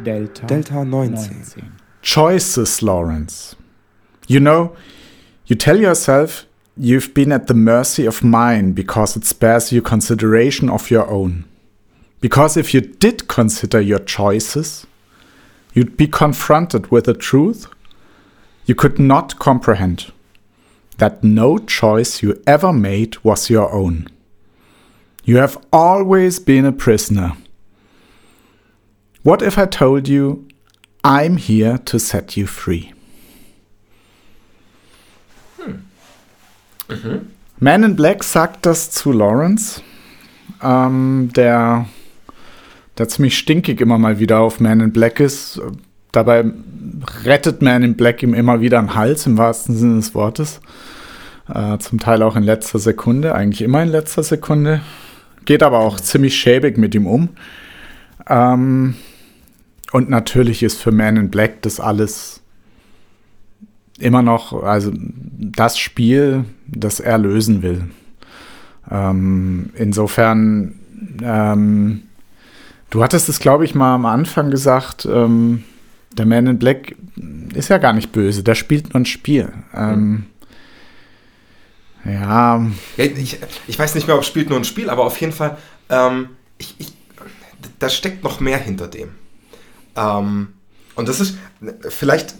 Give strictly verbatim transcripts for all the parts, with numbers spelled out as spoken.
Delta, Delta neunzehn. neunzehn. Choices, Lawrence. You know, you tell yourself you've been at the mercy of mine because it spares you consideration of your own. Because if you did consider your choices, you'd be confronted with a truth you could not comprehend. That no choice you ever made was your own. You have always been a prisoner. What if I told you I'm here to set you free? Hm. Mhm. Man in Black sagt das zu Lawrence, ähm, der, der ziemlich stinkig immer mal wieder auf Man in Black ist. Dabei rettet Man in Black ihm immer wieder den Hals, im wahrsten Sinne des Wortes. Äh, zum Teil auch in letzter Sekunde, eigentlich immer in letzter Sekunde. Geht aber auch ziemlich schäbig mit ihm um. Ähm, und natürlich ist für Man in Black das alles immer noch, also das Spiel, das er lösen will. Ähm, insofern, ähm, du hattest es, glaube ich, mal am Anfang gesagt, ähm, der Man in Black ist ja gar nicht böse, der spielt nur ein Spiel. Ähm, ja. ja ich, ich weiß nicht mehr, ob spielt nur ein Spiel, aber auf jeden Fall, ähm, ich, ich, da steckt noch mehr hinter dem. Ähm, und das ist vielleicht,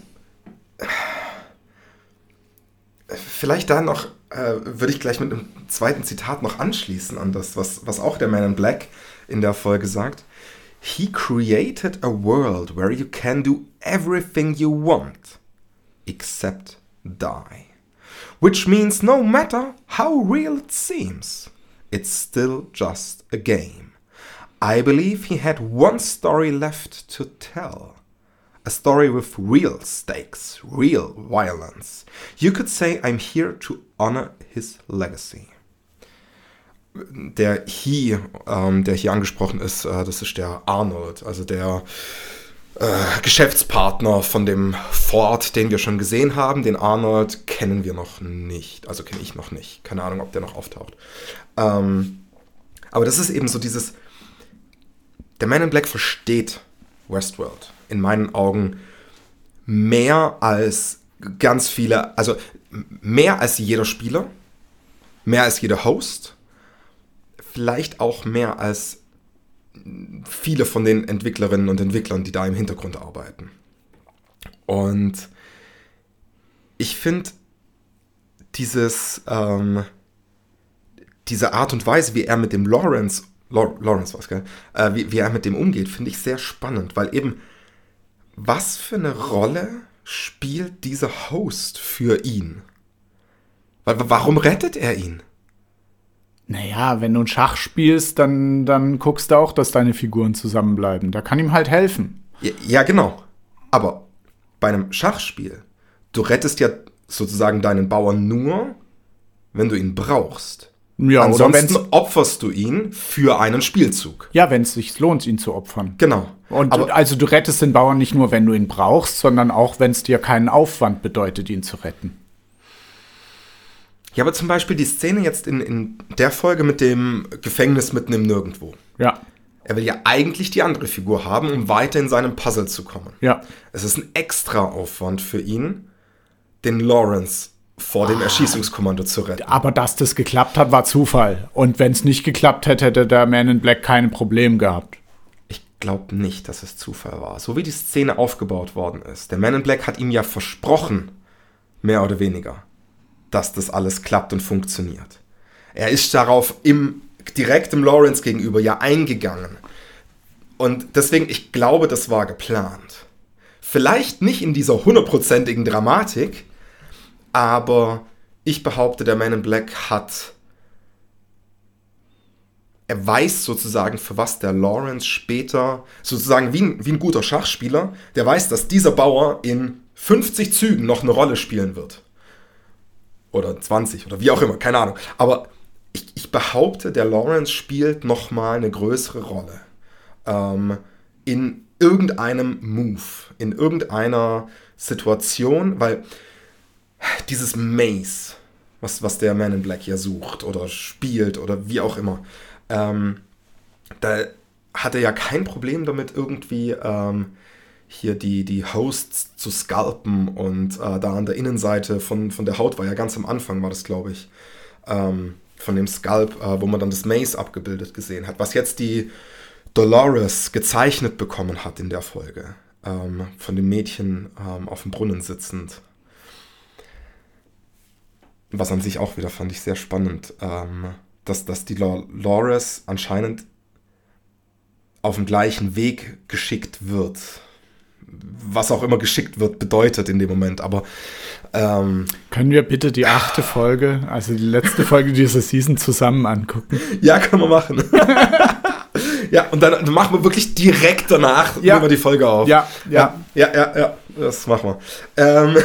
vielleicht da noch, äh, würde ich gleich mit einem zweiten Zitat noch anschließen an das, was, was auch der Man in Black in der Folge sagt. He created a world where you can do everything you want, except die. Which means no matter how real it seems, it's still just a game. I believe he had one story left to tell. A story with real stakes, real violence. You could say I'm here to honor his legacy. Der He, ähm, der hier angesprochen ist, äh, das ist der Arnold, also der äh, Geschäftspartner von dem Ford, den wir schon gesehen haben. Den Arnold kennen wir noch nicht, also kenne ich noch nicht. Keine Ahnung, ob der noch auftaucht. Ähm, aber das ist eben so dieses, der Man in Black versteht Westworld in meinen Augen mehr als ganz viele, also mehr als jeder Spieler, mehr als jeder Host, vielleicht auch mehr als viele von den Entwicklerinnen und Entwicklern, die da im Hintergrund arbeiten. Und ich finde dieses, ähm, diese Art und Weise, wie er mit dem Lawrence, Law, Lawrence was, gell? Äh, wie, wie er mit dem umgeht, finde ich sehr spannend, weil eben, was für eine Rolle spielt dieser Host für ihn? Weil, warum rettet er ihn? Naja, wenn du ein Schach spielst, dann, dann guckst du auch, dass deine Figuren zusammenbleiben. Da kann ihm halt helfen. Ja, ja, genau. Aber bei einem Schachspiel, du rettest ja sozusagen deinen Bauern nur, wenn du ihn brauchst. Ja, ansonsten opferst du ihn für einen Spielzug. Ja, wenn es sich lohnt, ihn zu opfern. Genau. Und aber, also du rettest den Bauern nicht nur, wenn du ihn brauchst, sondern auch, wenn es dir keinen Aufwand bedeutet, ihn zu retten. Ja, aber zum Beispiel die Szene jetzt in, in der Folge mit dem Gefängnis mitten im Nirgendwo. Ja. Er will ja eigentlich die andere Figur haben, um weiter in seinem Puzzle zu kommen. Ja. Es ist ein extra Aufwand für ihn, den Lawrence vor dem Erschießungskommando zu retten. Aber dass das geklappt hat, war Zufall. Und wenn es nicht geklappt hätte, hätte der Man in Black keine Probleme gehabt. Ich glaube nicht, dass es Zufall war. So wie die Szene aufgebaut worden ist. Der Man in Black hat ihm ja versprochen, mehr oder weniger, dass das alles klappt und funktioniert. Er ist darauf im, direkt dem Lawrence gegenüber ja eingegangen. Und deswegen, ich glaube, das war geplant. Vielleicht nicht in dieser hundertprozentigen Dramatik, aber ich behaupte, der Man in Black hat, er weiß sozusagen, für was der Lawrence später, sozusagen wie ein, wie ein guter Schachspieler, der weiß, dass dieser Bauer in fünfzig Zügen noch eine Rolle spielen wird. Oder zwanzig oder wie auch immer, keine Ahnung. Aber ich, ich behaupte, der Lawrence spielt nochmal eine größere Rolle. Ähm, in irgendeinem Move, in irgendeiner Situation, weil dieses Maze, was, was der Man in Black ja sucht oder spielt oder wie auch immer, ähm, da hat er ja kein Problem damit, irgendwie ähm, hier die, die Hosts zu scalpen und äh, da an der Innenseite von, von der Haut war ja ganz am Anfang, war das, glaube ich, ähm, von dem Scalp, äh, wo man dann das Mace abgebildet gesehen hat, was jetzt die Dolores gezeichnet bekommen hat in der Folge, ähm, von dem Mädchen ähm, auf dem Brunnen sitzend. Was an sich auch wieder fand ich sehr spannend, ähm, dass, dass die Dolores anscheinend auf den gleichen Weg geschickt wird. Was auch immer geschickt wird, bedeutet in dem Moment, aber ähm, können wir bitte die achte Folge, also die letzte Folge dieser Season zusammen angucken? Ja, können wir machen. Ja, und dann, dann machen wir wirklich direkt danach ja. nehmen wir die Folge auf. Ja, ja. Ja, ja, ja, ja, das machen wir. Ähm,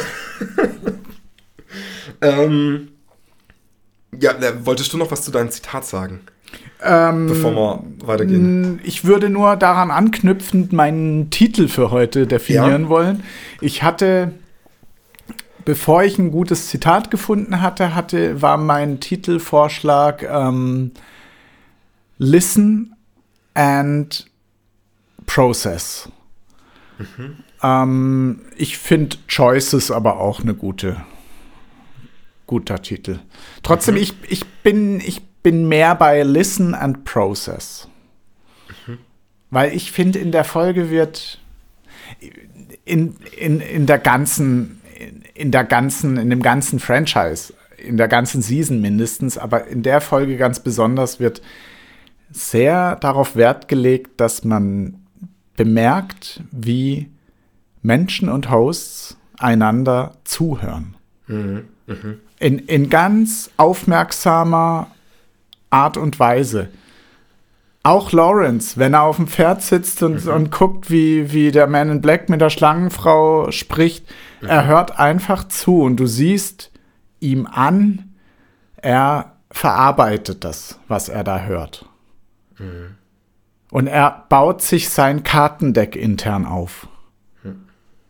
ähm, ja, wolltest du noch was zu deinem Zitat sagen? Ähm, Bevor wir weitergehen. Ich würde nur daran anknüpfend meinen Titel für heute definieren ja. wollen. Ich hatte, bevor ich ein gutes Zitat gefunden hatte, hatte war mein Titelvorschlag ähm, Listen and Process. Mhm. Ähm, ich finde Choices aber auch eine gute, guter Titel. Trotzdem, mhm. ich, ich bin, ich bin mehr bei Listen and Process. Mhm. Weil ich finde, in der Folge wird in, in, in der ganzen, in, in der ganzen, in dem ganzen Franchise, in der ganzen Season mindestens, aber in der Folge ganz besonders wird sehr darauf Wert gelegt, dass man bemerkt, wie Menschen und Hosts einander zuhören. Mhm. Mhm. In, in ganz aufmerksamer Art und Weise. Auch Lawrence, wenn er auf dem Pferd sitzt und, mhm. und guckt, wie, wie der Man in Black mit der Schlangenfrau spricht, mhm. er hört einfach zu und du siehst ihm an, er verarbeitet das, was er da hört. Mhm. Und er baut sich sein Kartendeck intern auf. Mhm.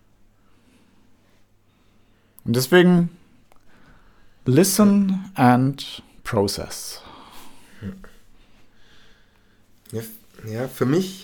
Und deswegen listen and process. Ja, ja, für mich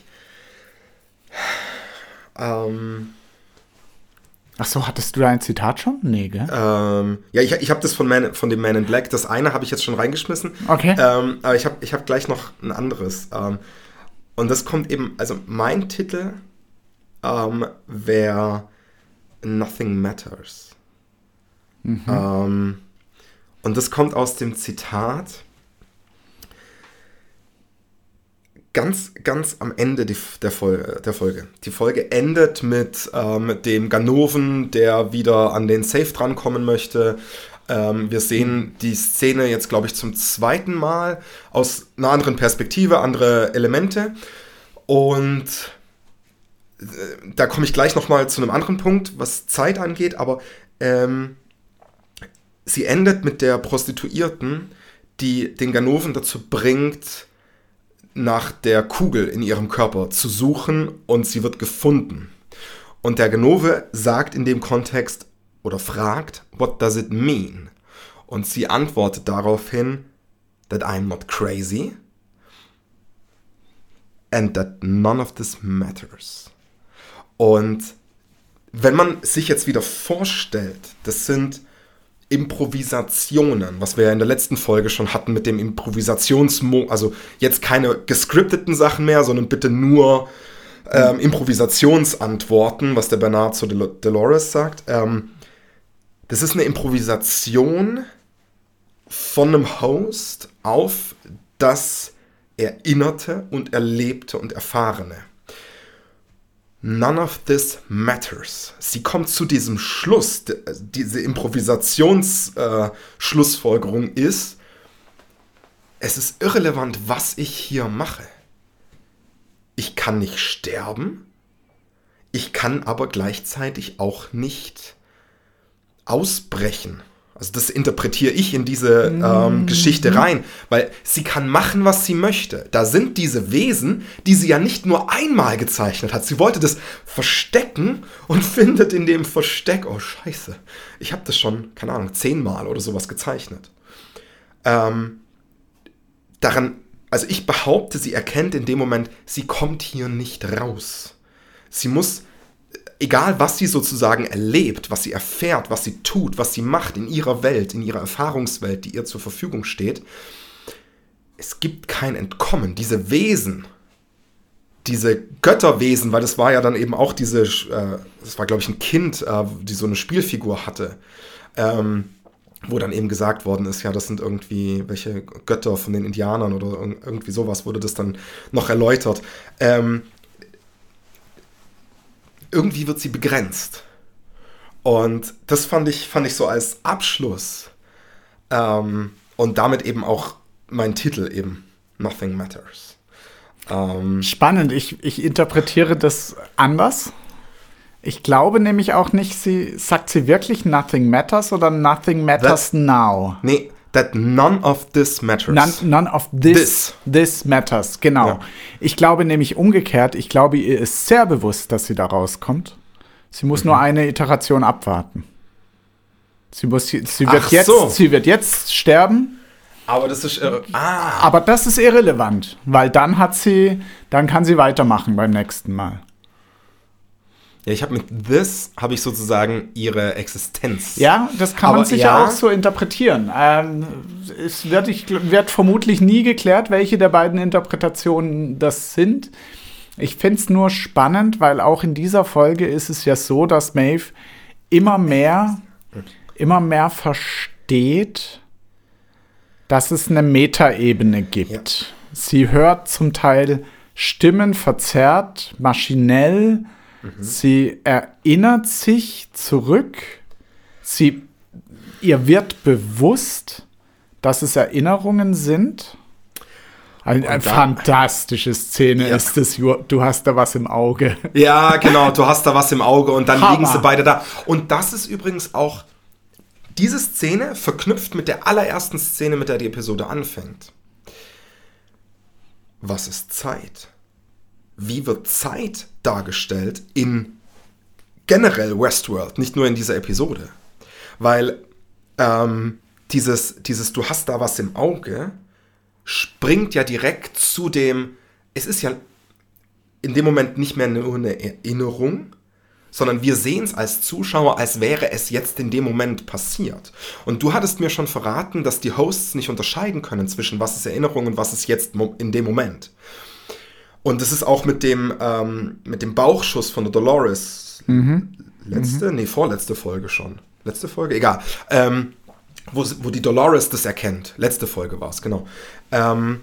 ähm, Ach so, hattest du da ein Zitat schon? Nee, gell? Ähm, ja, ich, ich habe das von, Man, von dem Man in Black, das eine habe ich jetzt schon reingeschmissen. Okay. Ähm, aber ich habe ich hab gleich noch ein anderes. Ähm, und das kommt eben, also mein Titel ähm, wäre Nothing Matters. Mhm. Ähm, und das kommt aus dem Zitat ganz, ganz am Ende die, der, Folge, der Folge. Die Folge endet mit ähm, dem Ganoven, der wieder an den Safe drankommen möchte. Ähm, wir sehen die Szene jetzt, glaube ich, zum zweiten Mal aus einer anderen Perspektive, andere Elemente. Und äh, da komme ich gleich nochmal zu einem anderen Punkt, was Zeit angeht. Aber ähm, sie endet mit der Prostituierten, die den Ganoven dazu bringt, nach der Kugel in ihrem Körper zu suchen, und sie wird gefunden. Und der Ganove sagt in dem Kontext oder fragt, what does it mean? Und sie antwortet daraufhin, that I'm not crazy and that none of this matters. Und wenn man sich jetzt wieder vorstellt, das sind Improvisationen, was wir ja in der letzten Folge schon hatten mit dem Improvisationsmo, also jetzt keine gescripteten Sachen mehr, sondern bitte nur ähm, Improvisationsantworten, was der Bernard zu Del- Dolores sagt. Ähm, das ist eine Improvisation von einem Host auf das Erinnerte und Erlebte und Erfahrene. None of this matters. Sie kommt zu diesem Schluss, diese Improvisationsschlussfolgerung äh, ist, es ist irrelevant, was ich hier mache. Ich kann nicht sterben, ich kann aber gleichzeitig auch nicht ausbrechen. Also das interpretiere ich in diese ähm, mhm. Geschichte rein, weil sie kann machen, was sie möchte. Da sind diese Wesen, die sie ja nicht nur einmal gezeichnet hat. Sie wollte das verstecken und findet in dem Versteck, oh scheiße, ich habe das schon, keine Ahnung, zehnmal oder sowas gezeichnet. Ähm, daran, also ich behaupte, sie erkennt in dem Moment, sie kommt hier nicht raus. Sie muss egal was sie sozusagen erlebt, was sie erfährt, was sie tut, was sie macht in ihrer Welt, in ihrer Erfahrungswelt, die ihr zur Verfügung steht, es gibt kein Entkommen. Diese Wesen, diese Götterwesen, weil das war ja dann eben auch diese, äh, das war glaube ich ein Kind, äh, die so eine Spielfigur hatte, ähm, wo dann eben gesagt worden ist, ja, das sind irgendwie welche Götter von den Indianern oder irgendwie sowas, wurde das dann noch erläutert. Ähm, irgendwie wird sie begrenzt. Und das fand ich, fand ich so als Abschluss ähm, und damit eben auch mein Titel eben, Nothing Matters. Ähm, Spannend, ich, ich interpretiere das anders. Ich glaube nämlich auch nicht, sie sagt sie wirklich Nothing Matters oder Nothing Matters that, now? Nee, that none of this matters. None, none of this, this. this matters, genau. Ja. Ich glaube nämlich umgekehrt, ich glaube, ihr ist sehr bewusst, dass sie da rauskommt. Sie muss mhm. nur eine Iteration abwarten. Sie, muss, sie, wird jetzt, so. sie wird jetzt sterben. Aber das ist irre. Ah. Aber das ist irrelevant, weil dann hat sie, dann kann sie weitermachen beim nächsten Mal. Ja, ich habe mit this, habe ich sozusagen ihre Existenz. Ja, das kann Aber man sicher ja. auch so interpretieren. Ähm, es wird, ich, wird vermutlich nie geklärt, welche der beiden Interpretationen das sind. Ich finde es nur spannend, weil auch in dieser Folge ist es ja so, dass Maeve immer mehr, immer mehr versteht, dass es eine Metaebene gibt. Ja. Sie hört zum Teil Stimmen verzerrt, maschinell. Mhm. Sie erinnert sich zurück. Sie, ihr wird bewusst, dass es Erinnerungen sind. Eine ein fantastische Szene ja. ist es. Du hast da was im Auge. Ja, genau. Du hast da was im Auge und dann Hammer. liegen sie beide da. Und das ist übrigens auch diese Szene verknüpft mit der allerersten Szene, mit der die Episode anfängt. Was ist Zeit? Wie wird Zeit dargestellt in generell Westworld, nicht nur in dieser Episode? Weil ähm, dieses, dieses Du hast da was im Auge springt ja direkt zu dem, es ist ja in dem Moment nicht mehr nur eine Erinnerung, sondern wir sehen es als Zuschauer, als wäre es jetzt in dem Moment passiert. Und du hattest mir schon verraten, dass die Hosts nicht unterscheiden können zwischen was ist Erinnerung und was ist jetzt in dem Moment. Und es ist auch mit dem, ähm, mit dem Bauchschuss von der Dolores, mhm. letzte, mhm. nee, vorletzte Folge schon. Letzte Folge? Egal. Ähm, wo, wo die Dolores das erkennt. Letzte Folge war es, genau. Ähm,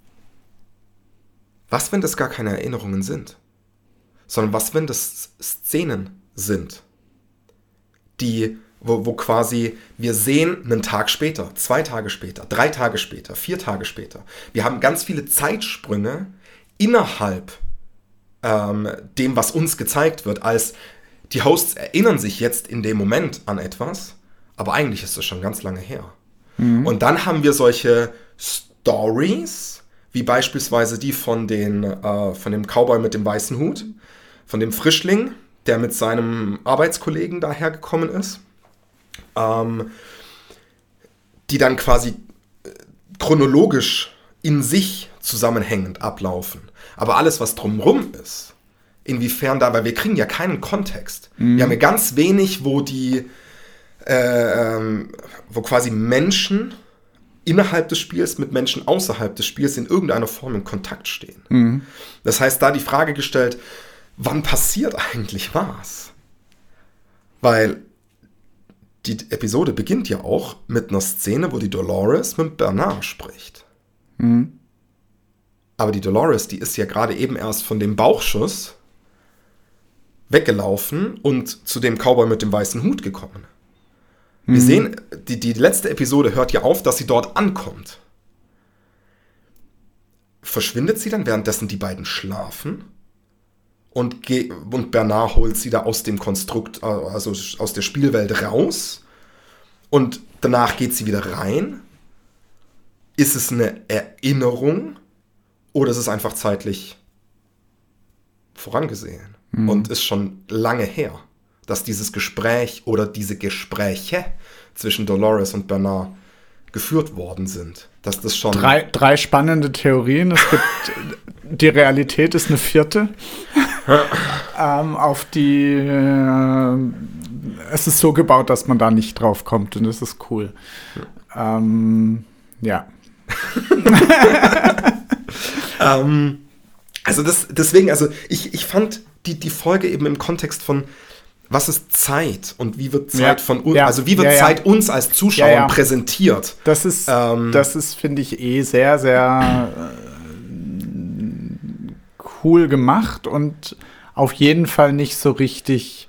was, wenn das gar keine Erinnerungen sind? Sondern was, wenn das Szenen sind, die, wo, wo quasi wir sehen einen Tag später, zwei Tage später, drei Tage später, vier Tage später. Wir haben ganz viele Zeitsprünge innerhalb ähm, dem, was uns gezeigt wird, als die Hosts erinnern sich jetzt in dem Moment an etwas, aber eigentlich ist das schon ganz lange her. Mhm. Und dann haben wir solche Stories, wie beispielsweise die von, den, äh, von dem Cowboy mit dem weißen Hut, von dem Frischling, der mit seinem Arbeitskollegen dahergekommen ist, ähm, die dann quasi chronologisch in sich zusammenhängend ablaufen. Aber alles, was drumherum ist, inwiefern da, weil wir kriegen ja keinen Kontext. Mhm. Wir haben ja ganz wenig, wo die, äh, ähm, wo quasi Menschen innerhalb des Spiels mit Menschen außerhalb des Spiels in irgendeiner Form in Kontakt stehen. Mhm. Das heißt, da die Frage gestellt, wann passiert eigentlich was? Weil die Episode beginnt ja auch mit einer Szene, wo die Dolores mit Bernard spricht. Mhm. Aber die Dolores, die ist ja gerade eben erst von dem Bauchschuss weggelaufen und zu dem Cowboy mit dem weißen Hut gekommen. Mhm. Wir sehen, die, die letzte Episode hört ja auf, dass sie dort ankommt. Verschwindet sie dann, währenddessen die beiden schlafen? Und, ge- und Bernard holt sie da aus dem Konstrukt, also aus der Spielwelt raus. Und danach geht sie wieder rein. Ist es eine Erinnerung oder ist es einfach zeitlich vorangesehen? Mhm. Und ist schon lange her, dass dieses Gespräch oder diese Gespräche zwischen Dolores und Bernard geführt worden sind. Dass das schon drei, drei spannende Theorien. Es gibt die Realität ist eine vierte. ähm, auf die äh, es ist so gebaut, dass man da nicht drauf kommt und das ist cool. Ähm, ja. ähm, also das, deswegen, also ich, ich fand die, die Folge eben im Kontext von was ist Zeit und wie wird Zeit ja, von uns, ja, also wie wird ja, Zeit ja. uns als Zuschauern ja, ja. präsentiert? Das ist, ähm, das ist, finde ich, eh sehr, sehr äh, cool gemacht und auf jeden Fall nicht so richtig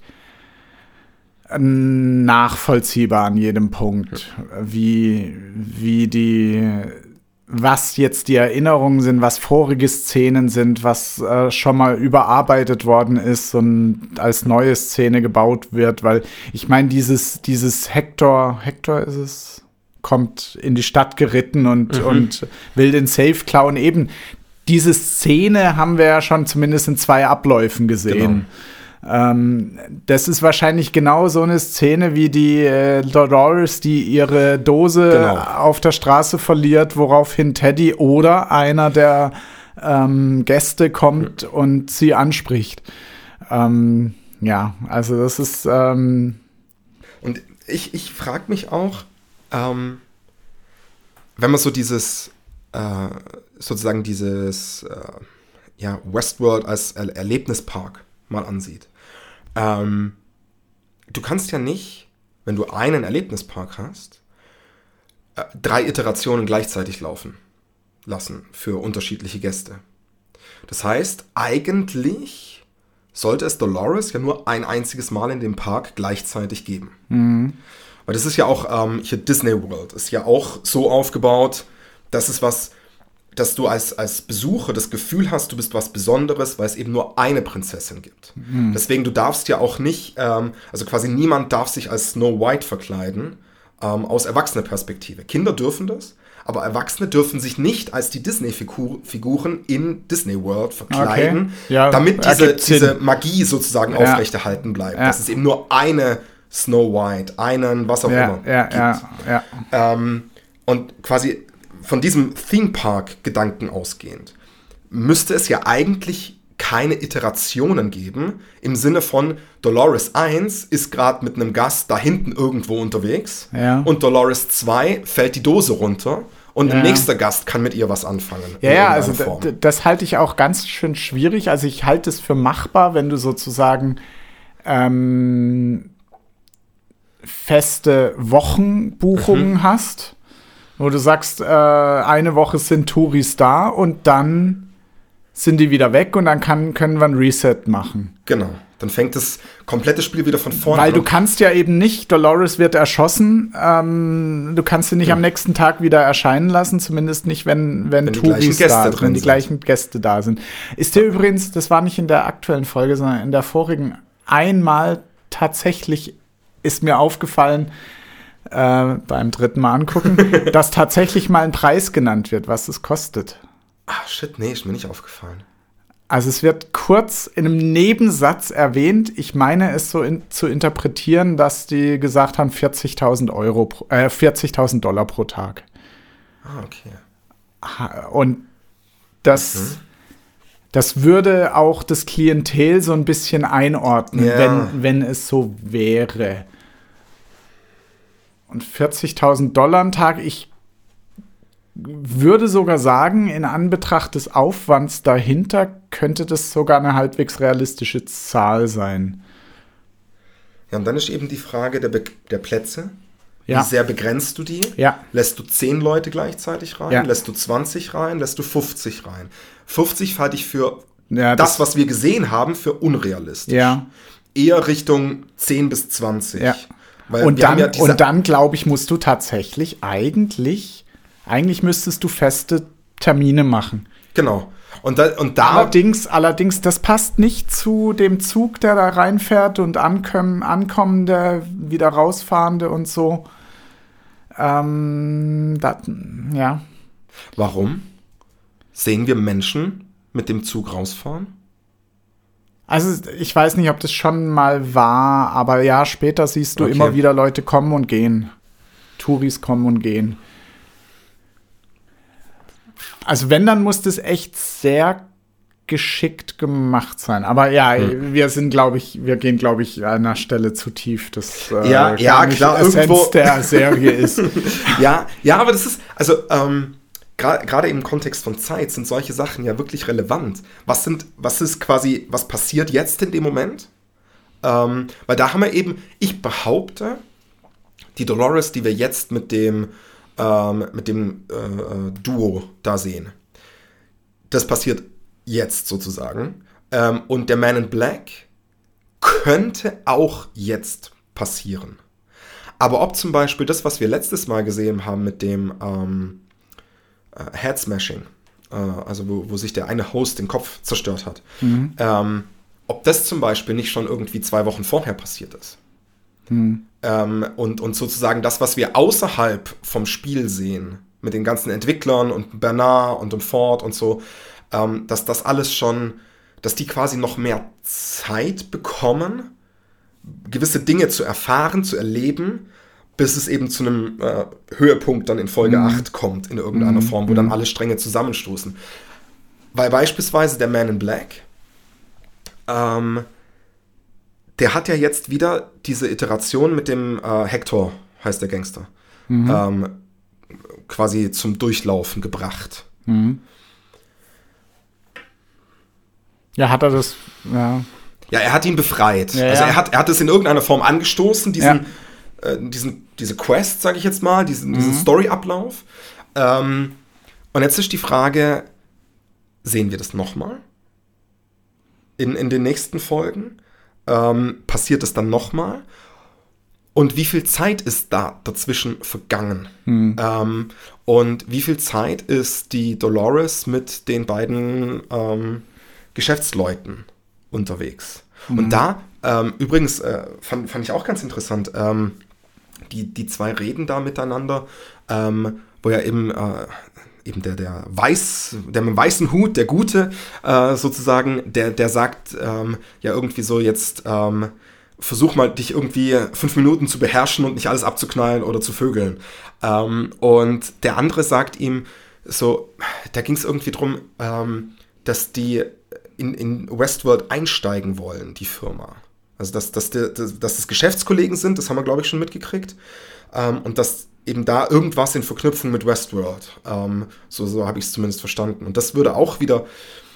nachvollziehbar an jedem Punkt, wie, wie die, was jetzt die Erinnerungen sind, was vorige Szenen sind, was äh, schon mal überarbeitet worden ist und als neue Szene gebaut wird, weil ich meine, dieses, dieses Hector, Hector ist es, kommt in die Stadt geritten und, mhm. und will den Safe klauen. Eben diese Szene haben wir ja schon zumindest in zwei Abläufen gesehen. Genau. Ähm, das ist wahrscheinlich genau so eine Szene wie die äh, Dolores, die ihre Dose genau. auf der Straße verliert, woraufhin Teddy oder einer der ähm, Gäste kommt mhm. und sie anspricht. Ähm, ja, also das ist ähm und ich, ich frage mich auch, ähm, wenn man so dieses äh, sozusagen dieses äh, ja, Westworld als er- Erlebnispark mal ansieht. Ähm, du kannst ja nicht, wenn du einen Erlebnispark hast, äh, drei Iterationen gleichzeitig laufen lassen für unterschiedliche Gäste. Das heißt, eigentlich sollte es Dolores ja nur ein einziges Mal in dem Park gleichzeitig geben. Mhm. Weil das ist ja auch, ähm, hier Disney World ist ja auch so aufgebaut, dass es was, dass du als, als Besucher das Gefühl hast, du bist was Besonderes, weil es eben nur eine Prinzessin gibt. Mhm. Deswegen, du darfst ja auch nicht, ähm, also quasi niemand darf sich als Snow White verkleiden, ähm, aus Erwachsene-Perspektive. Kinder dürfen das, aber Erwachsene dürfen sich nicht als die Disney-Figuren in Disney World verkleiden, okay. ja, damit diese, diese Magie sozusagen ja. aufrechterhalten bleibt. Ja. Dass es eben nur eine Snow White, einen was auch ja, immer ja, gibt. Ja, ja. Ähm, und quasi von diesem Theme Park-Gedanken ausgehend, müsste es ja eigentlich keine Iterationen geben, im Sinne von Dolores eins ist gerade mit einem Gast da hinten irgendwo unterwegs ja. und Dolores zwei fällt die Dose runter und ja. ein nächster Gast kann mit ihr was anfangen. Ja, ja, also d- d- das halte ich auch ganz schön schwierig. Also ich halte es für machbar, wenn du sozusagen ähm, feste Wochenbuchungen mhm. hast, wo du sagst, äh, eine Woche sind Touris da und dann sind die wieder weg und dann kann, können wir ein Reset machen. Genau, dann fängt das komplette Spiel wieder von vorne an. Weil an. du kannst ja eben nicht, Dolores wird erschossen, ähm, du kannst sie nicht ja. am nächsten Tag wieder erscheinen lassen, zumindest nicht, wenn, wenn, wenn Touris da sind, wenn die gleichen Gäste da sind. Ist dir übrigens, das war nicht in der aktuellen Folge, sondern in der vorigen, einmal tatsächlich ist mir aufgefallen, Äh, beim dritten Mal angucken, dass tatsächlich mal ein Preis genannt wird, was es kostet. Ah, shit, nee, ist mir nicht aufgefallen. Also es wird kurz in einem Nebensatz erwähnt. Ich meine es so in, zu interpretieren, dass die gesagt haben vierzigtausend Euro, äh, vierzigtausend Dollar pro Tag. Ah, okay. Und das, mhm. das würde auch das Klientel so ein bisschen einordnen, ja. wenn, wenn es so wäre. Und vierzigtausend Dollar am Tag, ich würde sogar sagen, in Anbetracht des Aufwands dahinter könnte das sogar eine halbwegs realistische Zahl sein. Ja, und dann ist eben die Frage der, Be- der Plätze. Ja. Wie sehr begrenzt du die? Ja. Lässt du zehn Leute gleichzeitig rein? Ja. Lässt du zwanzig rein? Lässt du fünfzig rein? fünfzig halte ich für ja, das, das, was wir gesehen haben, für unrealistisch. Ja. Eher Richtung zehn bis zwanzig. Ja. Weil und, wir dann, haben ja diese und dann, glaube ich, musst du tatsächlich eigentlich, eigentlich müsstest du feste Termine machen. Genau. Und da, und da allerdings, allerdings, das passt nicht zu dem Zug, der da reinfährt und ankommen, ankommende, wieder rausfahrende und so. Ähm, dat, ja. Warum? Sehen wir Menschen mit dem Zug rausfahren? Also ich weiß nicht, ob das schon mal war, aber ja, später siehst du okay. immer wieder Leute kommen und gehen. Touris kommen und gehen. Also wenn, dann muss das echt sehr geschickt gemacht sein. Aber ja, Hm. wir sind, glaube ich, wir gehen, glaube ich, an einer Stelle zu tief, das äh, Ja, gar ja, nicht klar, Essenz irgendwo- der Serie ist. Ja, ja, aber das ist, also ähm, gra- gerade im Kontext von Zeit sind solche Sachen ja wirklich relevant. Was sind, was ist quasi, was passiert jetzt in dem Moment? Ähm, weil da haben wir eben, ich behaupte, die Dolores, die wir jetzt mit dem, ähm, mit dem äh, Duo da sehen, das passiert jetzt sozusagen. Ähm, und der Man in Black könnte auch jetzt passieren. Aber ob zum Beispiel das, was wir letztes Mal gesehen haben mit dem ähm, äh, Head Smashing, äh, also wo, wo sich der eine Host den Kopf zerstört hat, Mhm. ähm, ob das zum Beispiel nicht schon irgendwie zwei Wochen vorher passiert ist. Mhm. Ähm, und, und sozusagen das, was wir außerhalb vom Spiel sehen, mit den ganzen Entwicklern und Bernard und, und Ford und so, ähm, dass das alles schon, dass die quasi noch mehr Zeit bekommen, gewisse Dinge zu erfahren, zu erleben, bis es eben zu einem äh, Höhepunkt dann in Folge Mhm. acht kommt, in irgendeiner Mhm. Form, wo dann Mhm. alle Stränge zusammenstoßen. Weil beispielsweise der Man in Black, ähm, der hat ja jetzt wieder diese Iteration mit dem äh, Hector, heißt der Gangster, Mhm. ähm, quasi zum Durchlaufen gebracht. Mhm. Ja, hat er das, ja. Ja, er hat ihn befreit. Ja, also ja. er hat, er hat es in irgendeiner Form angestoßen, diesen, äh, diesen, diese Quest, sage ich jetzt mal, diesen, diesen Mhm. Story-Ablauf. Ähm, und jetzt ist die Frage, sehen wir das nochmal? In, in den nächsten Folgen? Ähm, passiert es dann nochmal? Und wie viel Zeit ist da dazwischen vergangen? Mhm. Ähm, und wie viel Zeit ist die Dolores mit den beiden ähm, Geschäftsleuten unterwegs? Mhm. Und da, ähm, übrigens, äh, fand, fand ich auch ganz interessant, ähm, die, die zwei reden da miteinander, ähm, wo ja eben, äh, eben der, der Weiß, der mit dem weißen Hut, der Gute, äh, sozusagen, der, der sagt ähm, ja irgendwie so jetzt, ähm, versuch mal, dich irgendwie fünf Minuten zu beherrschen und nicht alles abzuknallen oder zu vögeln. Ähm, und der andere sagt ihm so, da ging es irgendwie drum, ähm, dass die in, in Westworld einsteigen wollen, die Firma. Also, dass, dass, die, dass das Geschäftskollegen sind, das haben wir, glaube ich, schon mitgekriegt. Ähm, und dass eben da irgendwas in Verknüpfung mit Westworld. Ähm, so so habe ich es zumindest verstanden. Und das würde auch wieder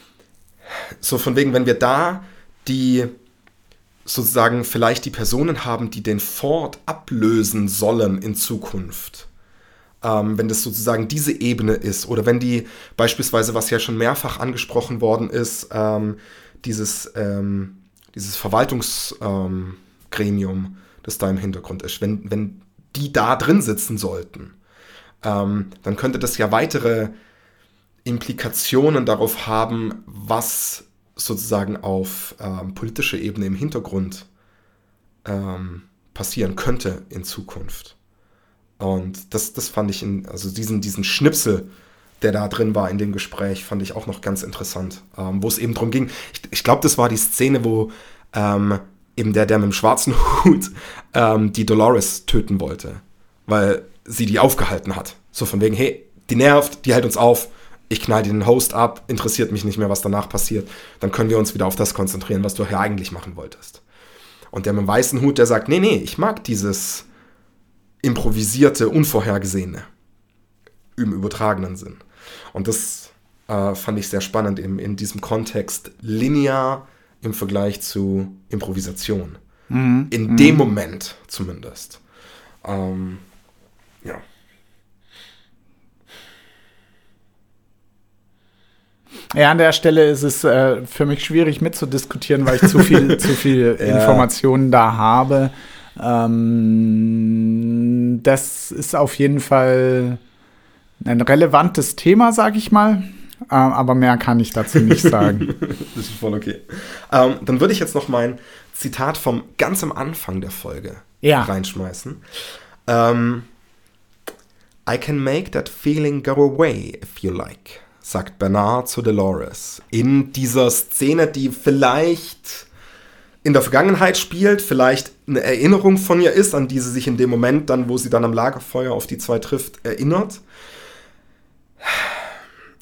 so von wegen, wenn wir da die sozusagen vielleicht die Personen haben, die den Ford ablösen sollen in Zukunft. Ähm, wenn das sozusagen diese Ebene ist oder wenn die beispielsweise, was ja schon mehrfach angesprochen worden ist, ähm, dieses, ähm, dieses Verwaltungsgremium, ähm, das da im Hintergrund ist, wenn, wenn die da drin sitzen sollten, ähm, dann könnte das ja weitere Implikationen darauf haben, was sozusagen auf ähm, politischer Ebene im Hintergrund ähm, passieren könnte in Zukunft. Und das, das fand ich, in, also diesen, diesen Schnipsel, der da drin war in dem Gespräch, fand ich auch noch ganz interessant. Ähm, wo es eben darum ging, ich, ich glaube, das war die Szene, wo ähm, eben der, der mit dem schwarzen Hut ähm, die Dolores töten wollte, weil sie die aufgehalten hat. So von wegen, hey, die nervt, die hält uns auf, ich knall den Host ab, interessiert mich nicht mehr, was danach passiert. Dann können wir uns wieder auf das konzentrieren, was du ja eigentlich machen wolltest. Und der mit dem weißen Hut, der sagt, nee, nee, ich mag dieses improvisierte, unvorhergesehene im übertragenen Sinn. Und das äh, fand ich sehr spannend in, in diesem Kontext linear im Vergleich zu Improvisation. Mhm. In Mhm. dem Moment zumindest. Ähm, ja. Ja, an der Stelle ist es äh, für mich schwierig mitzudiskutieren, weil ich zu viel, zu viel Ja. Informationen da habe. Ähm, das ist auf jeden Fall ein relevantes Thema, sage ich mal. Ähm, aber mehr kann ich dazu nicht sagen. Das ist voll okay. Ähm, dann würde ich jetzt noch mein Zitat vom ganz am Anfang der Folge Ja. reinschmeißen. Ähm, I can make that feeling go away if you like, sagt Bernard zu Dolores. In dieser Szene, die vielleicht in der Vergangenheit spielt, vielleicht eine Erinnerung von ihr ist, an die sie sich in dem Moment dann, wo sie dann am Lagerfeuer auf die zwei trifft, erinnert.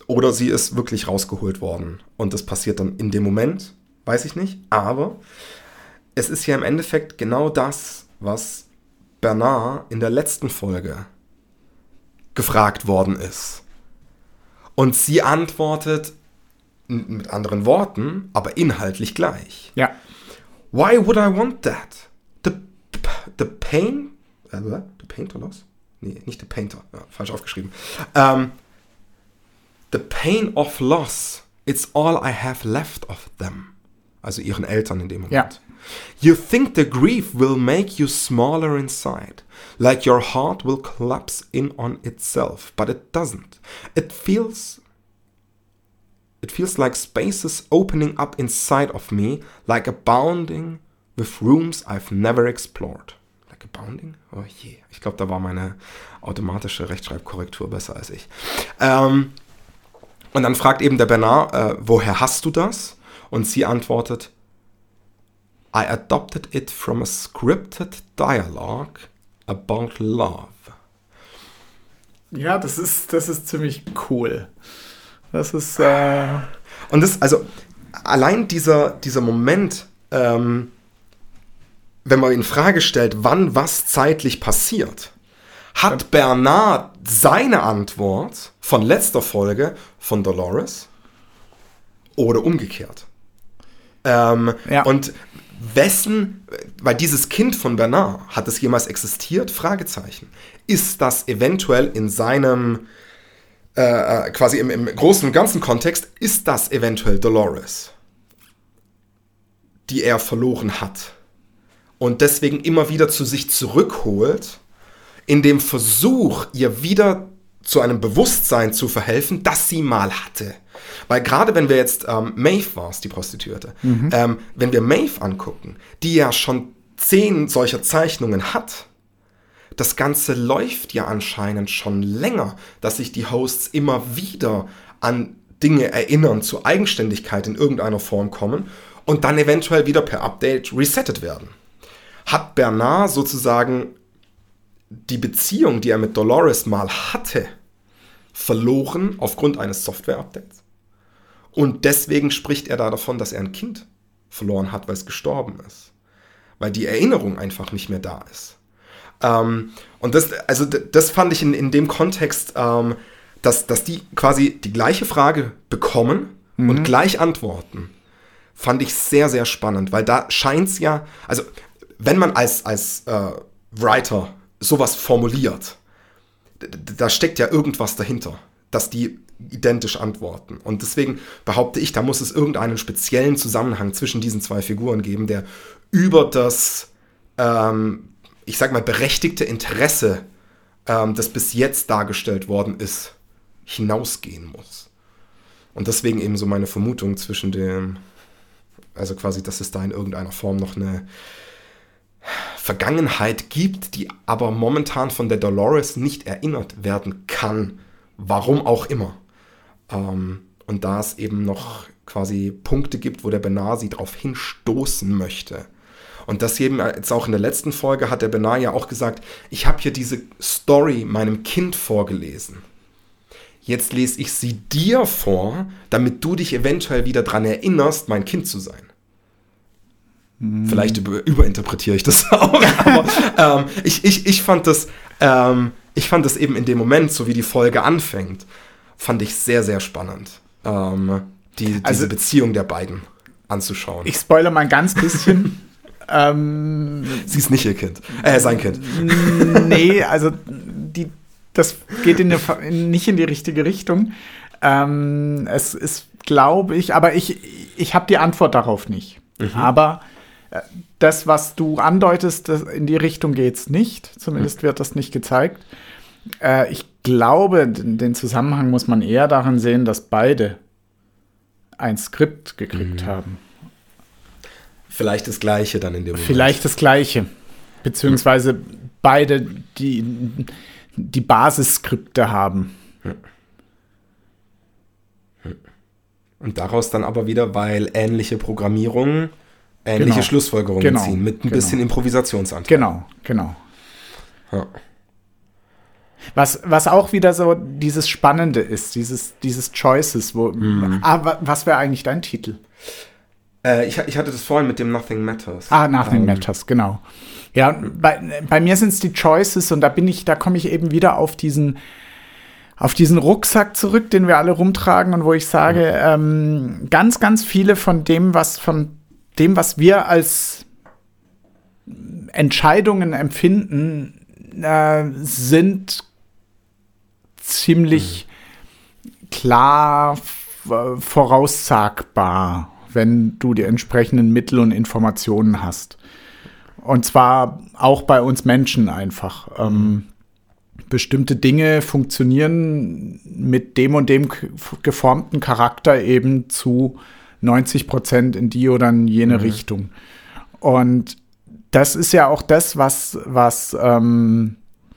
Oder sie ist wirklich rausgeholt worden. Und das passiert dann in dem Moment, weiß ich nicht. Aber es ist ja im Endeffekt genau das, was Bernard in der letzten Folge gefragt worden ist. Und sie antwortet mit anderen Worten, aber inhaltlich gleich. Ja. Why would I want that? The, the pain? Äh, the painter loss? Nee, nicht the painter. Ja, falsch aufgeschrieben. Um, the pain of loss, it's all I have left of them. Also ihren Eltern in dem Moment. Ja. You think the grief will make you smaller inside, like your heart will collapse in on itself, but it doesn't. It feels it feels like spaces opening up inside of me, like abounding with rooms I've never explored. Like abounding? Oh je, ich glaube, da war meine automatische Rechtschreibkorrektur besser als ich. Ähm, und dann fragt eben der Bernard, äh, woher hast du das? Und sie antwortet, I adopted it from a scripted dialogue about love. Ja, das ist, das ist ziemlich cool. Das ist, äh Und das, also, allein dieser, dieser Moment, ähm, wenn man in Frage stellt, wann was zeitlich passiert, hat ja. Bernard seine Antwort von letzter Folge von Dolores oder umgekehrt. Ähm, ja. Und wessen, weil dieses Kind von Bernard, hat es jemals existiert? Fragezeichen. Ist das eventuell in seinem, äh, quasi im, im großen und ganzen Kontext, ist das eventuell Dolores, die er verloren hat und deswegen immer wieder zu sich zurückholt, in dem Versuch, ihr wieder zu einem Bewusstsein zu verhelfen, das sie mal hatte. Weil gerade wenn wir jetzt, ähm, Maeve war es, die Prostituierte, mhm. ähm, wenn wir Maeve angucken, die ja schon zehn solcher Zeichnungen hat, das Ganze läuft ja anscheinend schon länger, dass sich die Hosts immer wieder an Dinge erinnern, zur Eigenständigkeit in irgendeiner Form kommen und dann eventuell wieder per Update resettet werden. Hat Bernard sozusagen die Beziehung, die er mit Dolores mal hatte, verloren aufgrund eines Software-Updates? Und deswegen spricht er da davon, dass er ein Kind verloren hat, weil es gestorben ist. Weil die Erinnerung einfach nicht mehr da ist. Ähm, und das, also das fand ich in, in dem Kontext, ähm, dass, dass die quasi die gleiche Frage bekommen mhm. und gleich antworten, fand ich sehr, sehr spannend. Weil da scheint es ja, also wenn man als, als äh, Writer sowas formuliert, da steckt ja irgendwas dahinter, dass die identisch antworten. Und deswegen behaupte ich, da muss es irgendeinen speziellen Zusammenhang zwischen diesen zwei Figuren geben, der über das, ähm, ich sag mal, berechtigte Interesse, ähm, das bis jetzt dargestellt worden ist, hinausgehen muss. Und deswegen eben so meine Vermutung zwischen dem, also quasi, dass es da in irgendeiner Form noch eine Vergangenheit gibt, die aber momentan von der Dolores nicht erinnert werden kann, warum auch immer. Ähm, und da es eben noch quasi Punkte gibt, wo der Bernard sie darauf hinstoßen möchte. Und das eben jetzt auch in der letzten Folge hat der Bernard ja auch gesagt, ich habe hier diese Story meinem Kind vorgelesen. Jetzt lese ich sie dir vor, damit du dich eventuell wieder daran erinnerst, mein Kind zu sein. Vielleicht über, überinterpretiere ich das auch, aber ähm, ich, ich, ich, fand das, ähm, ich fand das eben in dem Moment, so wie die Folge anfängt, fand ich sehr, sehr spannend, ähm, die, also, diese Beziehung der beiden anzuschauen. Ich spoilere mal ein ganz bisschen. ähm, Sie ist nicht ihr Kind, äh, sein Kind. Nee, also die, das geht in eine, nicht in die richtige Richtung. Ähm, es ist, glaube ich, aber ich, ich habe die Antwort darauf nicht. Mhm. Aber das, was du andeutest, in die Richtung geht es nicht. Zumindest wird das nicht gezeigt. Äh, ich glaube, den Zusammenhang muss man eher darin sehen, dass beide ein Skript gekriegt mhm. haben. Vielleicht das Gleiche dann in dem Moment. Vielleicht das Gleiche. Beziehungsweise mhm. beide die, die Basisskripte haben. Und daraus dann aber wieder, weil ähnliche Programmierung ähnliche genau. Schlussfolgerungen genau. ziehen, mit ein genau. bisschen Improvisationsanteil. Genau, genau. Ja. Was, was auch wieder so dieses Spannende ist, dieses, dieses Choices. Wo, Mhm. ah, was wäre eigentlich dein Titel? Äh, ich, ich hatte das vorhin mit dem Nothing Matters. Ah, Nothing Ähm, Matters, genau. Ja, bei, bei mir sind es die Choices und da bin ich, da komme ich eben wieder auf diesen, auf diesen Rucksack zurück, den wir alle rumtragen und wo ich sage, ähm, ganz, ganz viele von dem, was von dem, was wir als Entscheidungen empfinden, äh, sind ziemlich mhm. klar f- voraussagbar, wenn du die entsprechenden Mittel und Informationen hast. Und zwar auch bei uns Menschen einfach. Ähm, bestimmte Dinge funktionieren mit dem und dem k- geformten Charakter eben zu neunzig Prozent in die oder in jene mhm. Richtung. Und das ist ja auch das, was, was, ähm,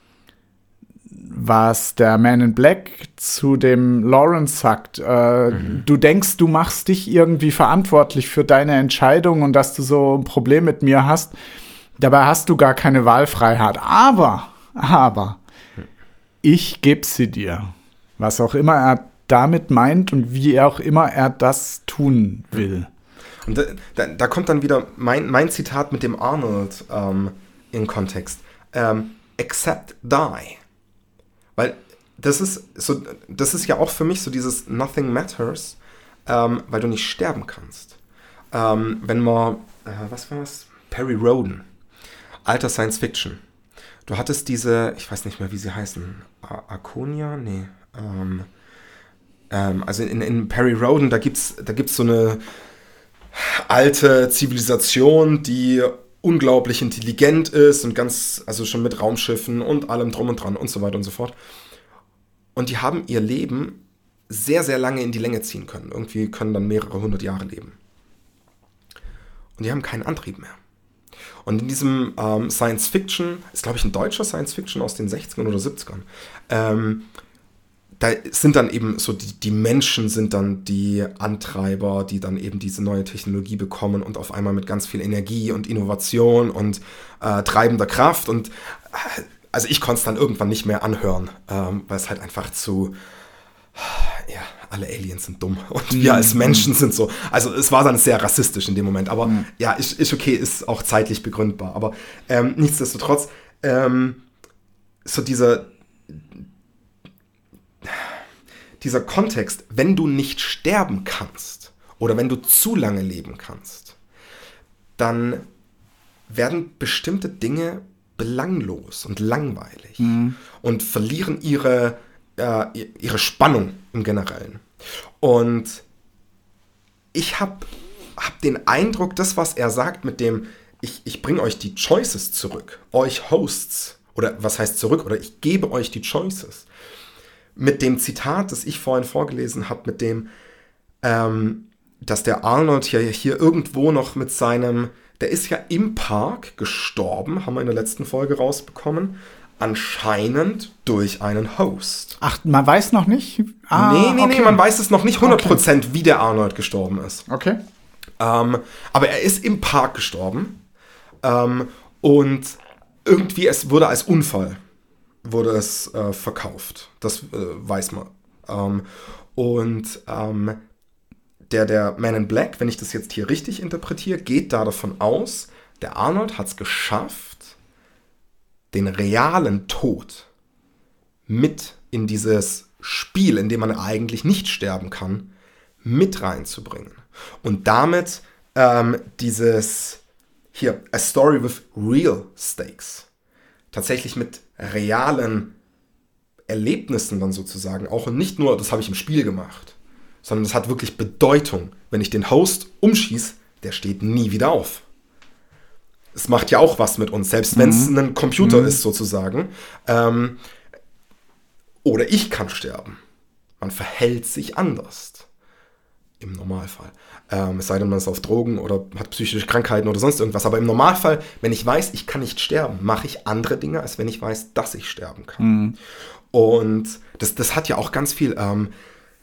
was der Man in Black zu dem Lawrence sagt. Äh, mhm. Du denkst, du machst dich irgendwie verantwortlich für deine Entscheidung und dass du so ein Problem mit mir hast. Dabei hast du gar keine Wahlfreiheit. Aber, aber, ich gebe sie dir. Was auch immer er damit meint und wie auch immer er das tun will. Und da, da, da kommt dann wieder mein, mein Zitat mit dem Arnold ähm, in Kontext. Ähm, Accept die. Weil das ist, so, das ist ja auch für mich so dieses Nothing Matters, ähm, weil du nicht sterben kannst. Ähm, wenn man, äh, was war das? Perry Rhodan. Alter Science Fiction. Du hattest diese, ich weiß nicht mehr, wie sie heißen, Ar- Arconia? Nee. Ähm, ähm, also in, in Perry Rhodan, da gibt's, da gibt's so eine alte Zivilisation, die unglaublich intelligent ist und ganz, also schon mit Raumschiffen und allem drum und dran und so weiter und so fort. Und die haben ihr Leben sehr, sehr lange in die Länge ziehen können. Irgendwie können dann mehrere hundert Jahre leben. Und die haben keinen Antrieb mehr. Und in diesem ähm, Science-Fiction, ist glaube ich ein deutscher Science-Fiction aus den sechzigern oder siebzigern, ähm, da sind dann eben so, die, die Menschen sind dann die Antreiber, die dann eben diese neue Technologie bekommen und auf einmal mit ganz viel Energie und Innovation und äh, treibender Kraft. Und äh, also ich konnte es dann irgendwann nicht mehr anhören, ähm, weil es halt einfach zu, ja, alle Aliens sind dumm und wir als Menschen sind so, also es war dann sehr rassistisch in dem Moment, aber mhm. ja, ist, ist okay, ist auch zeitlich begründbar, aber ähm, nichtsdestotrotz, ähm, so dieser, dieser Kontext, wenn du nicht sterben kannst oder wenn du zu lange leben kannst, dann werden bestimmte Dinge belanglos und langweilig mhm. und verlieren ihre ihre Spannung im Generellen. Und ich habe hab den Eindruck, das, was er sagt mit dem, ich, ich bringe euch die Choices zurück, euch Hosts, oder was heißt zurück, oder ich gebe euch die Choices, mit dem Zitat, das ich vorhin vorgelesen habe, mit dem, ähm, dass der Arnold hier, hier irgendwo noch mit seinem, der ist ja im Park gestorben, haben wir in der letzten Folge rausbekommen, anscheinend durch einen Host. Ach, man weiß noch nicht? Ah, nee, nee, okay. nee, man weiß es noch nicht hundert Prozent, okay. wie der Arnold gestorben ist. Okay. Ähm, aber er ist im Park gestorben. Ähm, und irgendwie, es wurde als Unfall wurde es äh, verkauft. Das äh, weiß man. Ähm, und ähm, der, der Man in Black, wenn ich das jetzt hier richtig interpretiere, geht da davon aus, der Arnold hat es geschafft, den realen Tod mit in dieses Spiel, in dem man eigentlich nicht sterben kann, mit reinzubringen. Und damit ähm, dieses, hier, a story with real stakes, tatsächlich mit realen Erlebnissen dann sozusagen auch, und nicht nur, das habe ich im Spiel gemacht, sondern das hat wirklich Bedeutung. Wenn ich den Host umschieße, der steht nie wieder auf. Es macht ja auch was mit uns, selbst wenn es mhm. ein Computer mhm. ist sozusagen. Ähm, oder ich kann sterben. Man verhält sich anders. Im Normalfall. Ähm, es sei denn, man ist auf Drogen oder hat psychische Krankheiten oder sonst irgendwas. Aber im Normalfall, wenn ich weiß, ich kann nicht sterben, mache ich andere Dinge, als wenn ich weiß, dass ich sterben kann. Mhm. Und das, das hat ja auch ganz viel, ähm,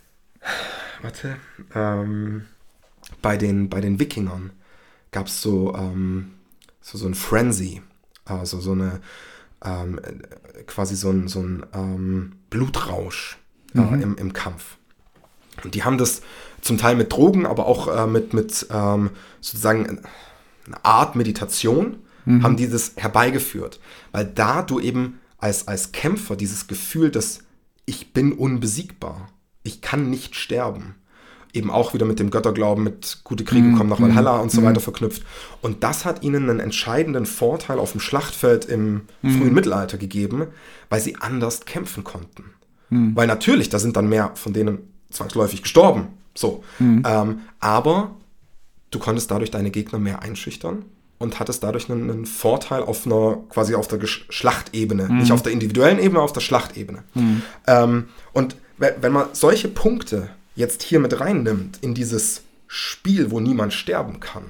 warte, ähm, bei den, bei den Wikingern gab es so, ähm, so, so ein Frenzy, also so eine, ähm, quasi so ein, so ein ähm, Blutrausch äh, mhm. im, im Kampf. Und die haben das zum Teil mit Drogen, aber auch äh, mit, mit ähm, sozusagen einer Art Meditation, mhm. haben die das herbeigeführt. Weil da du eben als, als Kämpfer dieses Gefühl, dass ich bin unbesiegbar, ich kann nicht sterben, eben auch wieder mit dem Götterglauben, mit gute Kriege kommen nach Valhalla und so weiter verknüpft. Und das hat ihnen einen entscheidenden Vorteil auf dem Schlachtfeld im mm. frühen Mittelalter gegeben, weil sie anders kämpfen konnten. Mm. Weil natürlich, da sind dann mehr von denen zwangsläufig gestorben. So. Mm. Ähm, aber du konntest dadurch deine Gegner mehr einschüchtern und hattest dadurch einen, einen Vorteil auf einer, quasi auf der Gesch- Schlachtebene. Mm. Nicht auf der individuellen Ebene, auf der Schlachtebene. Mm. Ähm, und wenn man solche Punkte jetzt hier mit reinnimmt in dieses Spiel, wo niemand sterben kann,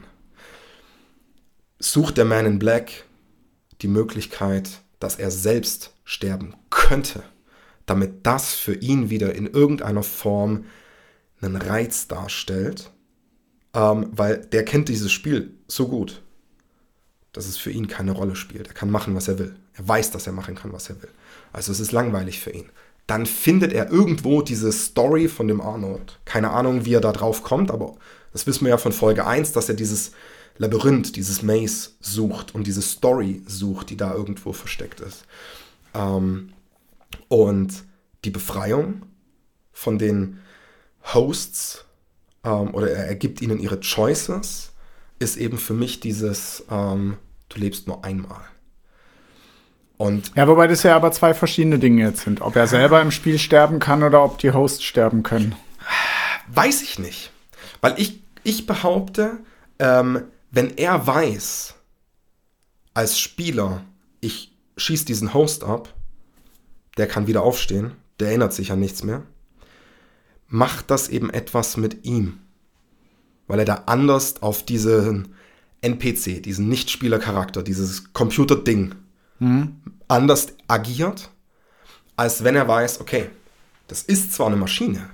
sucht der Man in Black die Möglichkeit, dass er selbst sterben könnte, damit das für ihn wieder in irgendeiner Form einen Reiz darstellt, ähm, weil der kennt dieses Spiel so gut, dass es für ihn keine Rolle spielt. Er kann machen, was er will. Er weiß, dass er machen kann, was er will. Also es ist langweilig für ihn. Dann findet er irgendwo diese Story von dem Arnold. Keine Ahnung, wie er da drauf kommt, aber das wissen wir ja von Folge eins, dass er dieses Labyrinth, dieses Maze sucht und diese Story sucht, die da irgendwo versteckt ist. Ähm, und die Befreiung von den Hosts, ähm, oder er, er gibt ihnen ihre Choices, ist eben für mich dieses, ähm, du lebst nur einmal. Und ja, wobei das ja aber zwei verschiedene Dinge jetzt sind. Ob er selber im Spiel sterben kann oder ob die Hosts sterben können. Weiß ich nicht. Weil ich, ich behaupte, ähm, wenn er weiß, als Spieler, ich schieße diesen Host ab, der kann wieder aufstehen, der erinnert sich an nichts mehr, macht das eben etwas mit ihm. Weil er da anders auf diesen N P C, diesen Nichtspielercharakter, dieses Computerding, Mhm. anders agiert, als wenn er weiß, okay, das ist zwar eine Maschine,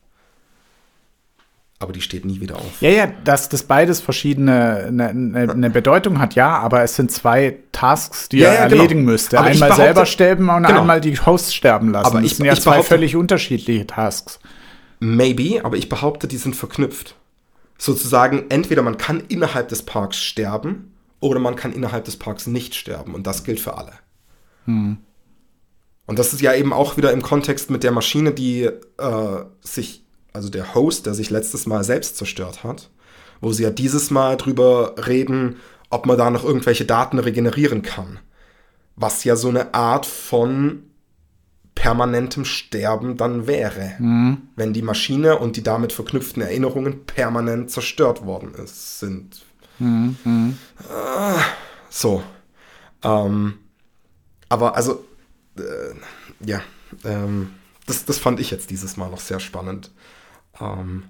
aber die steht nie wieder auf. Ja, ja, dass das beides verschiedene eine, eine, eine Bedeutung hat, ja, aber es sind zwei Tasks, die ja, er ja, erledigen genau. müsste. Aber einmal behaupte, selber sterben und genau. einmal die Hosts sterben lassen. Aber das ich, sind ja ich zwei behaupte, völlig unterschiedliche Tasks. Maybe, aber ich behaupte, die sind verknüpft. Sozusagen, entweder man kann innerhalb des Parks sterben, oder man kann innerhalb des Parks nicht sterben. Und das gilt für alle. Hm. Und das ist ja eben auch wieder im Kontext mit der Maschine, die äh, sich, also der Host, der sich letztes Mal selbst zerstört hat, wo sie ja dieses Mal drüber reden, ob man da noch irgendwelche Daten regenerieren kann. Was ja so eine Art von permanentem Sterben dann wäre, hm. wenn die Maschine und die damit verknüpften Erinnerungen permanent zerstört worden ist, sind. Mhm. Äh, so. Ähm, aber also, äh, ja, ähm, das, das fand ich jetzt dieses Mal noch sehr spannend. Ähm.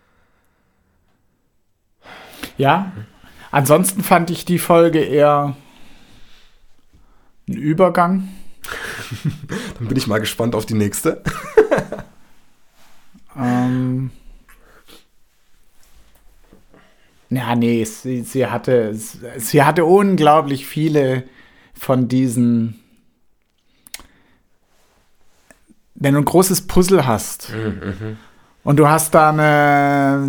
Ja, ansonsten fand ich die Folge eher ein Übergang. Dann bin ich mal gespannt auf die nächste. ähm. Ja, nee, sie, sie, hatte, sie hatte unglaublich viele von diesen. Wenn du ein großes Puzzle hast mhm. und du hast da eine,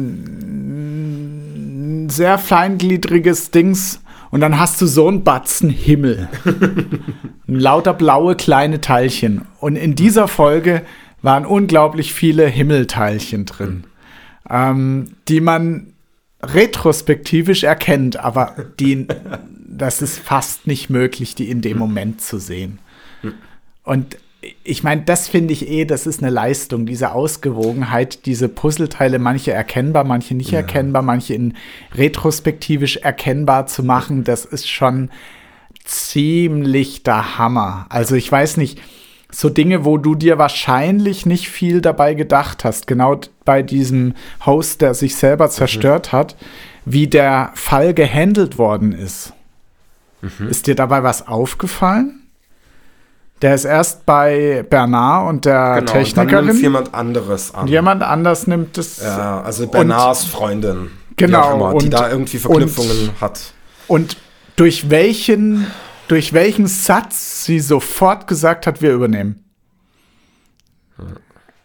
ein sehr feingliedriges Dings und dann hast du so einen Batzen Himmel. Lauter blaue kleine Teilchen. Und in dieser Folge waren unglaublich viele Himmelteilchen drin, mhm. ähm, die man retrospektivisch erkennt, aber die, das ist fast nicht möglich, die in dem Moment zu sehen. Und ich meine, das finde ich eh, das ist eine Leistung, diese Ausgewogenheit, diese Puzzleteile, manche erkennbar, manche nicht ja. erkennbar, manche in retrospektivisch erkennbar zu machen, das ist schon ziemlich der Hammer. Also ich weiß nicht, so Dinge, wo du dir wahrscheinlich nicht viel dabei gedacht hast, genau bei diesem Host, der sich selber zerstört mhm. hat, wie der Fall gehandelt worden ist. Mhm. Ist dir dabei was aufgefallen? Der ist erst bei Bernard und der genau, Technikerin. Dann nimmt jemand anderes an. Und jemand anders nimmt es. Ja, also Bernards und, Freundin. Genau. Immer, und, die da irgendwie Verknüpfungen und, hat. Und durch welchen durch welchen Satz sie sofort gesagt hat, wir übernehmen. Hm.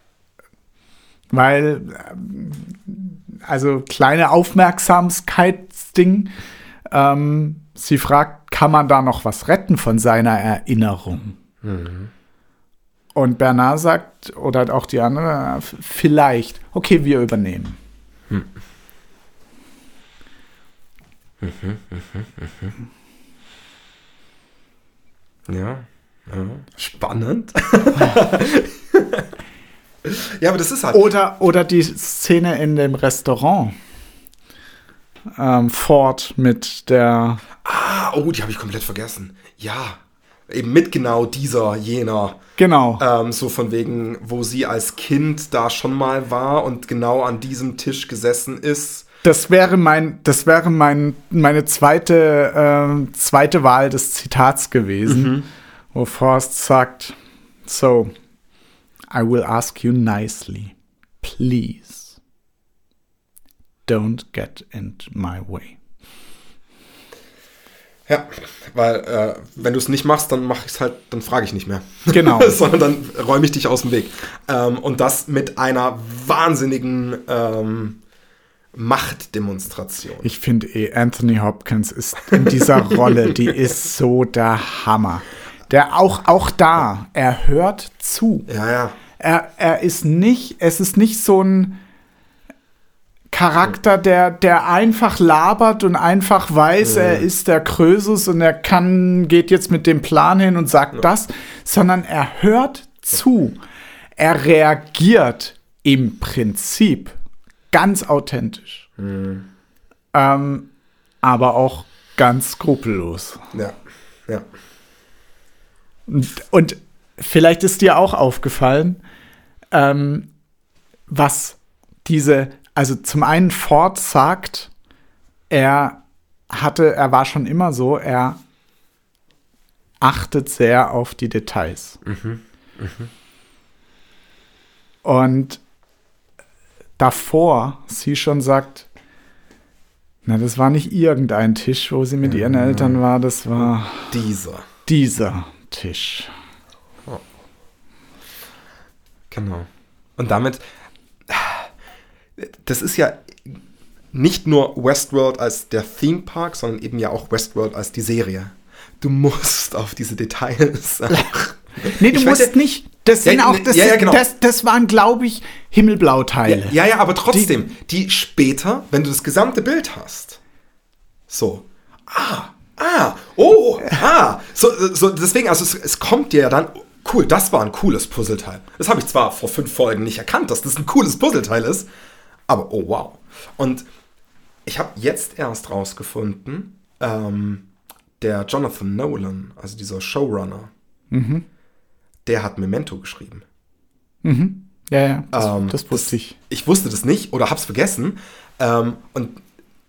Weil, also kleine Aufmerksamkeitsding, ähm, sie fragt, kann man da noch was retten von seiner Erinnerung? Mhm. Und Bernard sagt, oder auch die andere, vielleicht, okay, wir übernehmen. Hm. Mhm, mhm, mhm. Ja, ja, spannend. Ja, aber das ist halt. Oder, oder die Szene in dem Restaurant. Ähm, Ford mit der. Ah, oh, die habe ich komplett vergessen. Ja, eben mit genau dieser, jener. Genau. Ähm, so von wegen, wo sie als Kind da schon mal war und genau an diesem Tisch gesessen ist. Das wäre mein, das wäre mein, meine zweite, äh, zweite Wahl des Zitats gewesen, mhm. wo Forrest sagt, so, I will ask you nicely, please, don't get in my way. Ja, weil äh, wenn du es nicht machst, dann mache ich es halt, dann frage ich nicht mehr. Genau. Sondern dann räume ich dich aus dem Weg. Ähm, und das mit einer wahnsinnigen ähm, Machtdemonstration. Ich finde eh, Anthony Hopkins ist in dieser Rolle, die ist so der Hammer. Der auch, auch da, er hört zu. Ja, ja. Er, er ist nicht, es ist nicht so ein Charakter, der, der einfach labert und einfach weiß, ja. er ist der Krösus und er kann, geht jetzt mit dem Plan hin und sagt ja. das, sondern er hört zu. Er reagiert im Prinzip ganz authentisch. Mhm. Ähm, aber auch ganz skrupellos. Ja, ja. Und, und vielleicht ist dir auch aufgefallen, ähm, was diese, also zum einen Ford sagt, er hatte, er war schon immer so, er achtet sehr auf die Details. Mhm. Mhm. Und davor sie schon sagt, na, das war nicht irgendein Tisch, wo sie mit ja. ihren Eltern war, das war dieser. Dieser Tisch. Oh. Genau. Und damit, das ist ja nicht nur Westworld als der Theme Park, sondern eben ja auch Westworld als die Serie. Du musst auf diese Details. Nee, du ich musst weiß, nicht. Das sind ja, auch, das, ja, ja, genau. das, das waren, glaube ich, Himmelblauteile. Ja, ja, ja, aber trotzdem, die, die später, wenn du das gesamte Bild hast, so, ah, ah, oh, ah, so, so deswegen, also es, es kommt dir ja dann, cool, das war ein cooles Puzzleteil. Das habe ich zwar vor fünf Folgen nicht erkannt, dass das ein cooles Puzzleteil ist, aber oh wow. Und ich habe jetzt erst rausgefunden, ähm, der Jonathan Nolan, also dieser Showrunner, mhm. der hat Memento geschrieben. Mhm. Ja, ja, das, ähm, das wusste das, ich. Ich wusste das nicht oder hab's vergessen. Ähm, und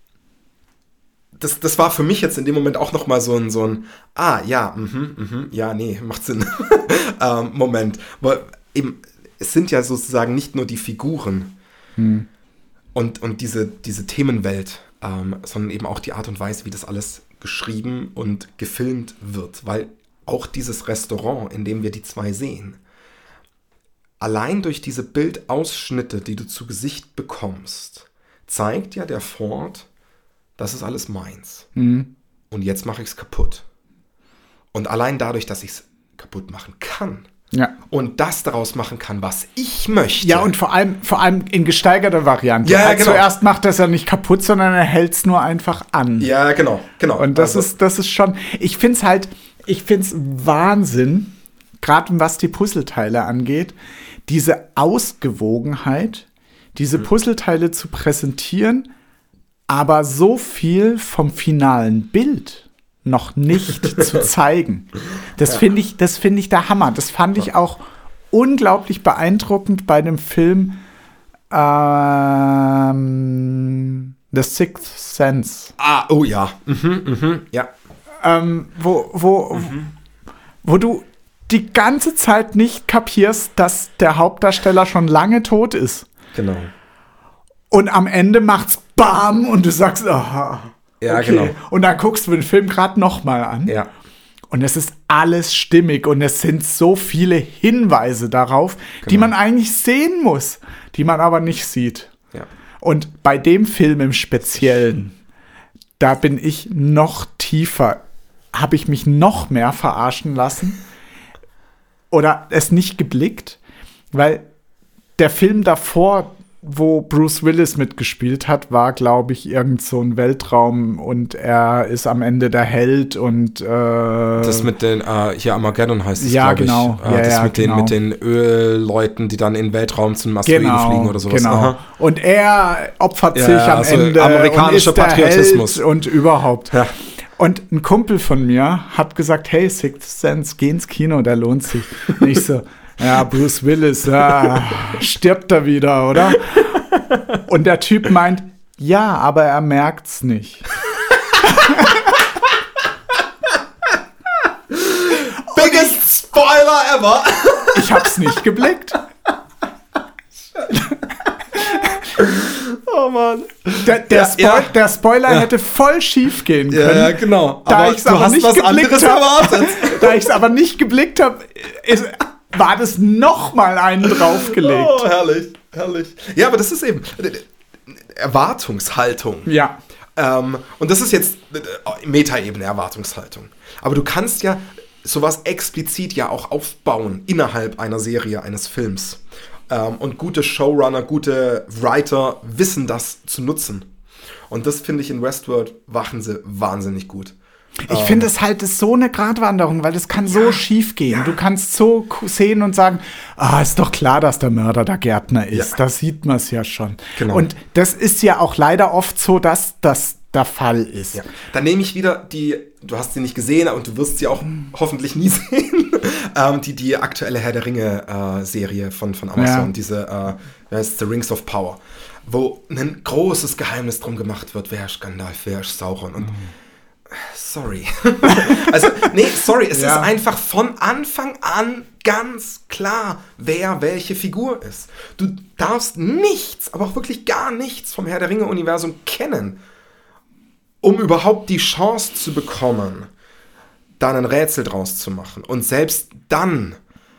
das, das war für mich jetzt in dem Moment auch nochmal so ein, so ein ah, ja, mhm, mhm, ja, nee, macht Sinn. ähm, Moment. Weil eben, es sind ja sozusagen nicht nur die Figuren hm. und, und diese, diese Themenwelt, ähm, sondern eben auch die Art und Weise, wie das alles geschrieben und gefilmt wird. Weil auch dieses Restaurant, in dem wir die zwei sehen, allein durch diese Bildausschnitte, die du zu Gesicht bekommst, zeigt ja der Ford, das ist alles meins. Mhm. Und jetzt mache ich es kaputt. Und allein dadurch, dass ich es kaputt machen kann ja. und das daraus machen kann, was ich möchte. Ja, und vor allem, vor allem in gesteigerter Variante. Ja, genau. Zuerst macht er es ja nicht kaputt, sondern er hält es nur einfach an. Ja, genau, genau. Und das, also. ist, das ist schon, ich finde es halt, ich finde es Wahnsinn, gerade was die Puzzleteile angeht, diese Ausgewogenheit, diese Puzzleteile zu präsentieren, aber so viel vom finalen Bild noch nicht zu zeigen. Das ja. finde ich, das finde ich der Hammer. Das fand ich auch unglaublich beeindruckend bei dem Film ähm, The Sixth Sense. Ah, oh ja. Mhm, mhm, ja. Ähm, wo, wo, mhm. wo du die ganze Zeit nicht kapierst, dass der Hauptdarsteller schon lange tot ist. Genau. Und am Ende macht's BAM und du sagst, aha. Ja, okay. genau. Und dann guckst du den Film gerade noch mal an. Ja. Und es ist alles stimmig und es sind so viele Hinweise darauf, genau. die man eigentlich sehen muss, die man aber nicht sieht. Ja. Und bei dem Film im Speziellen, da bin ich noch tiefer, habe ich mich noch mehr verarschen lassen oder es nicht geblickt, weil der Film davor, wo Bruce Willis mitgespielt hat, war, glaube ich, irgend so ein Weltraum und er ist am Ende der Held und äh, das mit den, äh, hier Armageddon heißt es, ja, glaube genau. ich. Äh, ja, das ja, mit, genau. den, mit den Ölleuten, die dann in den Weltraum zum Asteroiden genau, fliegen oder sowas. Genau. Aha. Und er opfert ja, sich am also Ende amerikanischer und ist Patriotismus. der Held und überhaupt. Ja. Und ein Kumpel von mir hat gesagt, hey, Sixth Sense, geh ins Kino, der lohnt sich. Und ich so, ja, Bruce Willis, ja, stirbt er wieder, oder? Und der Typ meint, ja, aber er merkt's nicht. Biggest Spoiler ever! Ich hab's nicht geblickt. Oh Mann. Der, der, Ja, Spo- ja. der Spoiler Ja. hätte voll schief gehen können. Ja, ja, genau. Da aber ich's du aber hast nicht was geblickt anderes hab- erwartet. Da ich es aber nicht geblickt habe, war das noch mal einen draufgelegt. Oh, herrlich, herrlich. Ja, aber das ist eben äh, Erwartungshaltung. Ja. Ähm, und das ist jetzt äh, Metaebene Erwartungshaltung. Aber du kannst ja sowas explizit ja auch aufbauen innerhalb einer Serie, eines Films. Ähm, und gute Showrunner, gute Writer wissen das zu nutzen. Und das finde ich in Westworld machen sie wahnsinnig gut. Ich finde es halt ist so eine Gratwanderung, weil es kann so Ja, schief gehen. ja. Du kannst so k- sehen und sagen, ah, ist doch klar, dass der Mörder der Gärtner ist. Ja. Da sieht man es ja schon. Genau. Und das ist ja auch leider oft so, dass das der Fall ist. Ja. Dann nehme ich wieder die, du hast sie nicht gesehen und du wirst sie auch hoffentlich nie sehen, ähm, die, die aktuelle Herr der Ringe-Serie von, von Amazon, Ja. diese, äh, wie heißt The Rings of Power, wo ein großes Geheimnis drum gemacht wird, wer ist Gandalf, wer ist Sauron und sorry. also, nee, sorry, es Ja. ist einfach von Anfang an ganz klar, wer welche Figur ist. Du darfst nichts, aber auch wirklich gar nichts vom Herr der Ringe-Universum kennen, um überhaupt die Chance zu bekommen, da ein Rätsel draus zu machen. Und selbst dann,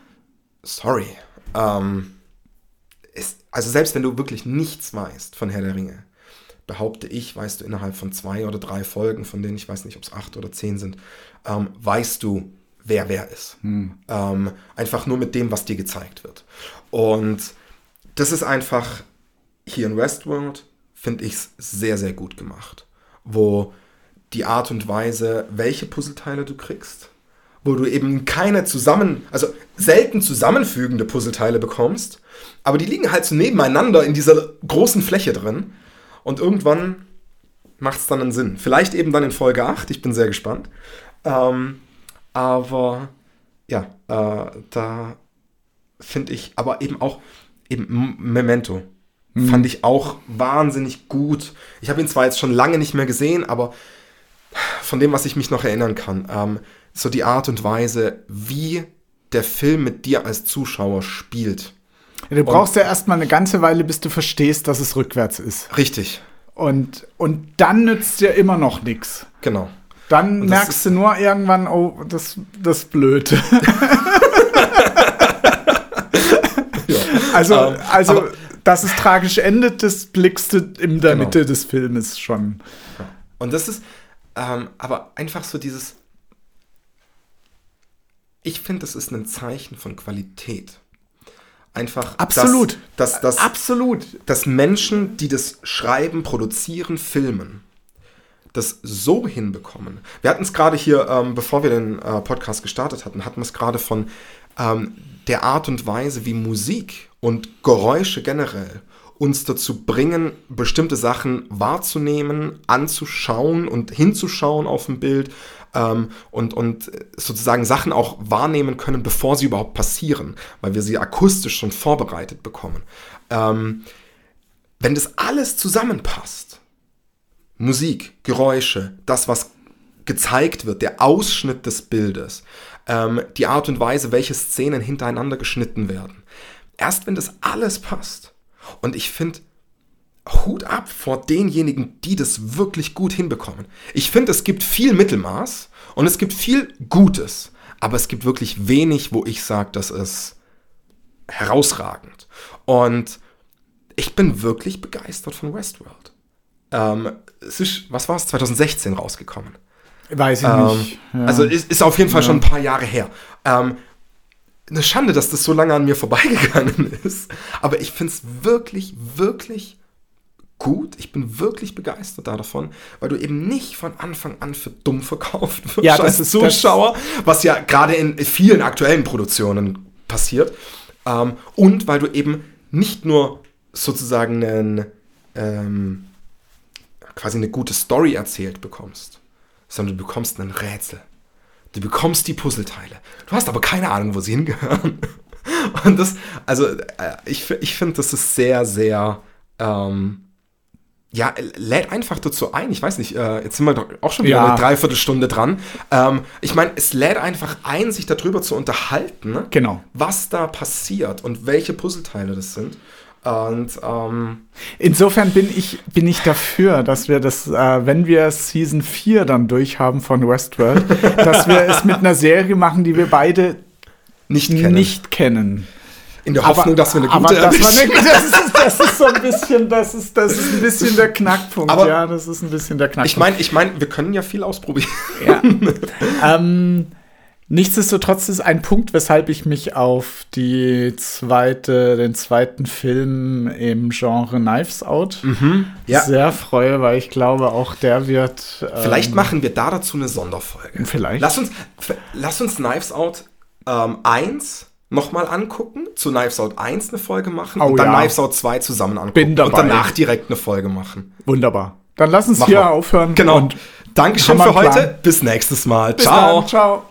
sorry, ähm, ist, also selbst wenn du wirklich nichts weißt von Herr der Ringe, behaupte ich, weißt du innerhalb von zwei oder drei Folgen, von denen ich weiß nicht, ob es acht oder zehn sind, ähm, weißt du, wer wer ist. Hm. Ähm, einfach nur mit dem, was dir gezeigt wird. Und das ist einfach hier in Westworld, finde ich es sehr, sehr gut gemacht. Wo die Art und Weise, welche Puzzleteile du kriegst, wo du eben keine zusammen, also selten zusammenfügende Puzzleteile bekommst, aber die liegen halt so nebeneinander in dieser großen Fläche drin. Und irgendwann macht es dann einen Sinn. Vielleicht eben dann in Folge acht, ich bin sehr gespannt. Ähm, aber ja, äh, da finde ich, aber eben auch, eben Memento, mhm. fand ich auch wahnsinnig gut. Ich habe ihn zwar jetzt schon lange nicht mehr gesehen, aber von dem, was ich mich noch erinnern kann, ähm, so die Art und Weise, wie der Film mit dir als Zuschauer spielt. Ja, du brauchst und, ja erstmal eine ganze Weile, bis du verstehst, dass es rückwärts ist. Richtig. Und, und dann nützt dir immer noch nichts. Genau. Dann merkst du nur irgendwann, oh, das, das ist blöd. ja. Also, um, also aber, dass es tragisch endet, das blickst du in der genau. Mitte des Filmes schon. Und das ist ähm, aber einfach so dieses, ich finde, das ist ein Zeichen von Qualität. Einfach, absolut. Dass, dass, dass, absolut. dass Menschen, die das schreiben, produzieren, filmen, das so hinbekommen. Wir hatten es gerade hier, ähm, bevor wir den äh, Podcast gestartet hatten, hatten wir es gerade von ähm, der Art und Weise, wie Musik und Geräusche generell uns dazu bringen, bestimmte Sachen wahrzunehmen, anzuschauen und hinzuschauen auf ein Bild ähm, und, und sozusagen Sachen auch wahrnehmen können, bevor sie überhaupt passieren, weil wir sie akustisch schon vorbereitet bekommen. Ähm, wenn das alles zusammenpasst, Musik, Geräusche, das, was gezeigt wird, der Ausschnitt des Bildes, ähm, die Art und Weise, welche Szenen hintereinander geschnitten werden, erst wenn das alles passt, und ich finde, Hut ab vor denjenigen, die das wirklich gut hinbekommen. Ich finde, es gibt viel Mittelmaß Und es gibt viel Gutes, aber es gibt wirklich wenig, wo ich sage, das ist herausragend. Und ich bin wirklich begeistert von Westworld. Ähm, es ist, was war es, zwanzig sechzehn rausgekommen. Weiß ich ähm, nicht. Ja. Also ist, ist auf jeden Fall ja. schon ein paar Jahre her. Ähm, eine Schande, dass das so lange an mir vorbeigegangen ist. Aber ich finde es wirklich, wirklich gut. Ich bin wirklich begeistert davon, weil du eben nicht von Anfang an für dumm verkauft wirst ja, das als ist Zuschauer, das was ja gerade in vielen aktuellen Produktionen passiert. Ähm, und weil du eben nicht nur sozusagen einen, ähm, quasi eine gute Story erzählt bekommst, sondern du bekommst ein Rätsel. Du bekommst die Puzzleteile. Du hast aber keine Ahnung, wo sie hingehören. Und das, also äh, ich, ich finde, das ist sehr, sehr, ähm, ja, lädt einfach dazu ein. Ich weiß nicht, äh, jetzt sind wir doch auch schon wieder ja. eine Dreiviertelstunde dran. Ähm, ich meine, es lädt einfach ein, sich darüber zu unterhalten, ne? Genau. Was da passiert und welche Puzzleteile das sind. Und ähm, insofern bin ich, bin ich dafür, dass wir das, äh, wenn wir Season vier dann durchhaben von Westworld, dass wir es mit einer Serie machen, die wir beide nicht kennen. Nicht kennen. In der Hoffnung, aber, dass wir eine aber gute das, eine, das, ist, das ist so ein bisschen, das ist, das ist ein bisschen der Knackpunkt. Aber ja, das ist ein bisschen der Knackpunkt. Ich meine, ich mein, wir können ja viel ausprobieren. Ja. ähm, nichtsdestotrotz ist ein Punkt, weshalb ich mich auf die zweite, den zweiten Film im Genre Knives Out mhm, ja. sehr freue, weil ich glaube, auch der wird. Ähm, vielleicht machen wir da dazu eine Sonderfolge. Vielleicht. Lass uns, lass uns Knives Out ähm, eins nochmal angucken, zu Knives Out eins eine Folge machen oh, und dann ja. Knives Out zwei zusammen angucken. Bin dabei. Und danach direkt eine Folge machen. Wunderbar. Dann lass uns Mach hier mal. aufhören. Genau. Und Dankeschön für heute. Bis nächstes Mal. Bis Ciao. dann. Ciao.